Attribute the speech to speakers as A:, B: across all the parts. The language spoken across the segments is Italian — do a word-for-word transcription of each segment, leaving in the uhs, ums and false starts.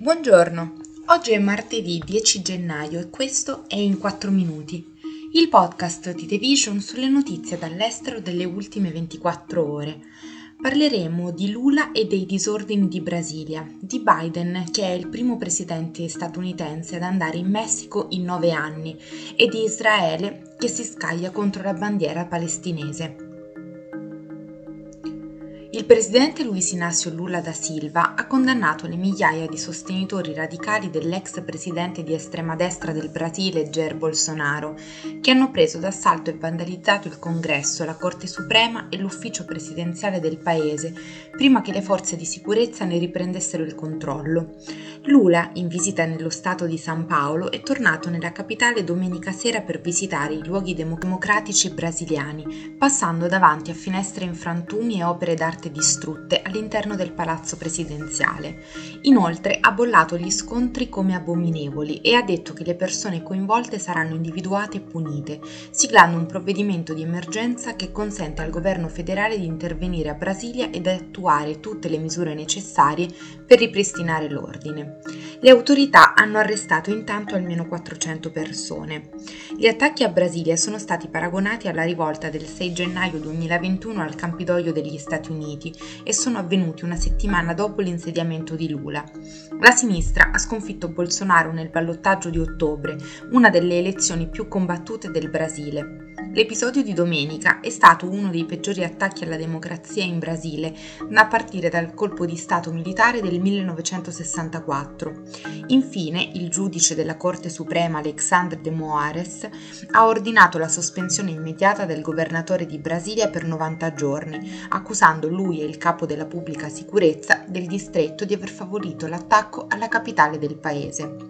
A: Buongiorno, oggi è martedì dieci gennaio e questo è In quattro minuti, il podcast di The Vision sulle notizie dall'estero delle ultime ventiquattro ore. Parleremo di Lula e dei disordini di Brasilia, di Biden, che è il primo presidente statunitense ad andare in Messico in nove anni, e di Israele, che si scaglia contro la bandiera palestinese. Il presidente Luiz Inácio Lula da Silva ha condannato le migliaia di sostenitori radicali dell'ex presidente di estrema destra del Brasile Jair Bolsonaro, che hanno preso d'assalto e vandalizzato il Congresso, la Corte Suprema e l'ufficio presidenziale del paese, prima che le forze di sicurezza ne riprendessero il controllo. Lula, in visita nello stato di San Paolo, è tornato nella capitale domenica sera per visitare i luoghi democratici brasiliani, passando davanti a finestre in frantumi e opere d'arte distrutte all'interno del palazzo presidenziale. Inoltre ha bollato gli scontri come abominevoli e ha detto che le persone coinvolte saranno individuate e punite, siglando un provvedimento di emergenza che consente al governo federale di intervenire a Brasilia ed attuare tutte le misure necessarie per ripristinare l'ordine. Le autorità hanno arrestato intanto almeno quattrocento persone. Gli attacchi a Brasilia sono stati paragonati alla rivolta del sei gennaio duemilaventuno al Campidoglio degli Stati Uniti e sono avvenuti una settimana dopo l'insediamento di Lula. La sinistra ha sconfitto Bolsonaro nel ballottaggio di ottobre, una delle elezioni più combattute del Brasile. L'episodio di domenica è stato uno dei peggiori attacchi alla democrazia in Brasile, a partire dal colpo di stato militare del millenovecentosessantaquattro. Infine, il giudice della Corte Suprema Alexandre de Moraes ha ordinato la sospensione immediata del governatore di Brasilia per novanta giorni, accusando lui e il capo della pubblica sicurezza del distretto di aver favorito l'attacco alla capitale del paese.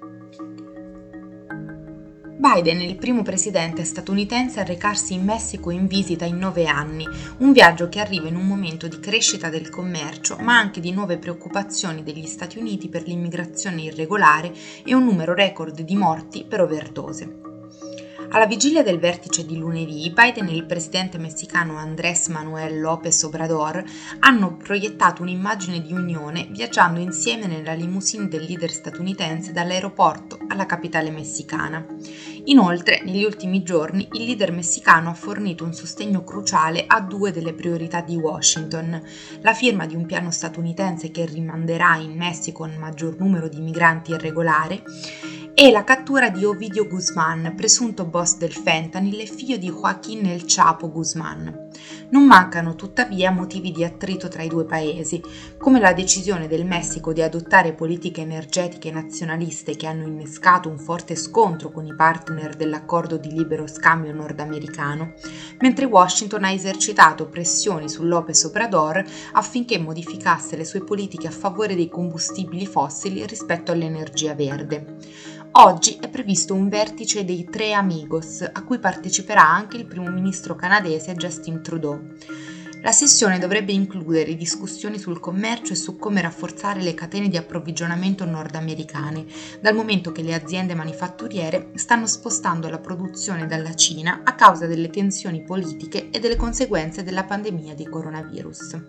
A: Biden è il primo presidente statunitense a recarsi in Messico in visita in nove anni, un viaggio che arriva in un momento di crescita del commercio, ma anche di nuove preoccupazioni degli Stati Uniti per l'immigrazione irregolare e un numero record di morti per overdose. Alla vigilia del vertice di lunedì, Biden e il presidente messicano Andrés Manuel López Obrador hanno proiettato un'immagine di unione viaggiando insieme nella limousine del leader statunitense dall'aeroporto alla capitale messicana. Inoltre, negli ultimi giorni, il leader messicano ha fornito un sostegno cruciale a due delle priorità di Washington: la firma di un piano statunitense che rimanderà in Messico un maggior numero di migranti irregolari e la cattura di Ovidio Guzmán, presunto boss del fentanyl e figlio di Joaquín El Chapo Guzmán. Non mancano tuttavia motivi di attrito tra i due paesi, come la decisione del Messico di adottare politiche energetiche nazionaliste che hanno innescato un forte scontro con i partner dell'accordo di libero scambio nordamericano, mentre Washington ha esercitato pressioni su López Obrador affinché modificasse le sue politiche a favore dei combustibili fossili rispetto all'energia verde. Oggi è previsto un vertice dei Tre Amigos, a cui parteciperà anche il primo ministro canadese Justin Trudeau. La sessione dovrebbe includere discussioni sul commercio e su come rafforzare le catene di approvvigionamento nordamericane, dal momento che le aziende manifatturiere stanno spostando la produzione dalla Cina a causa delle tensioni politiche e delle conseguenze della pandemia di coronavirus.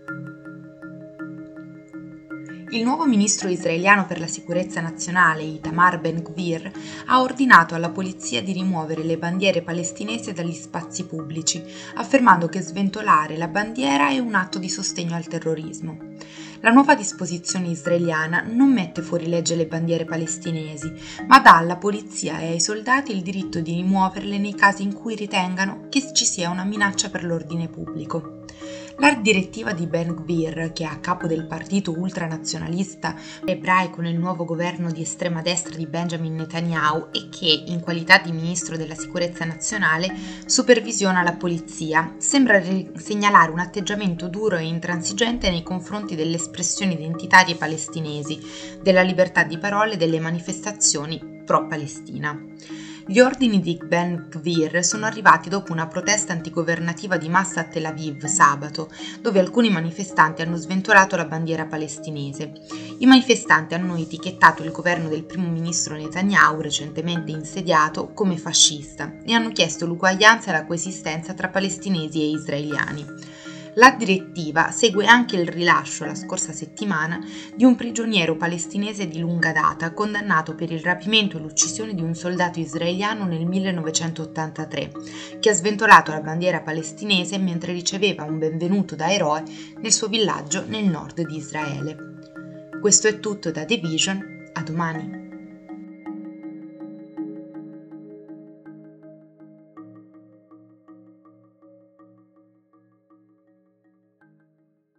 A: Il nuovo ministro israeliano per la sicurezza nazionale, Itamar Ben-Gvir, ha ordinato alla polizia di rimuovere le bandiere palestinesi dagli spazi pubblici, affermando che sventolare la bandiera è un atto di sostegno al terrorismo. La nuova disposizione israeliana non mette fuori legge le bandiere palestinesi, ma dà alla polizia e ai soldati il diritto di rimuoverle nei casi in cui ritengano che ci sia una minaccia per l'ordine pubblico. La direttiva di Ben-Gvir, che è a capo del partito ultranazionalista ebraico nel nuovo governo di estrema destra di Benjamin Netanyahu e che, in qualità di ministro della sicurezza nazionale, supervisiona la polizia, sembra segnalare un atteggiamento duro e intransigente nei confronti delle espressioni identitarie palestinesi, della libertà di parola e delle manifestazioni pro-Palestina. Gli ordini di Ben-Gvir sono arrivati dopo una protesta antigovernativa di massa a Tel Aviv sabato, dove alcuni manifestanti hanno sventolato la bandiera palestinese. I manifestanti hanno etichettato il governo del primo ministro Netanyahu, recentemente insediato, come fascista e hanno chiesto l'uguaglianza e la coesistenza tra palestinesi e israeliani. La direttiva segue anche il rilascio, la scorsa settimana, di un prigioniero palestinese di lunga data condannato per il rapimento e l'uccisione di un soldato israeliano nel millenovecentottantatré, che ha sventolato la bandiera palestinese mentre riceveva un benvenuto da eroe nel suo villaggio nel nord di Israele. Questo è tutto da The Vision, a domani.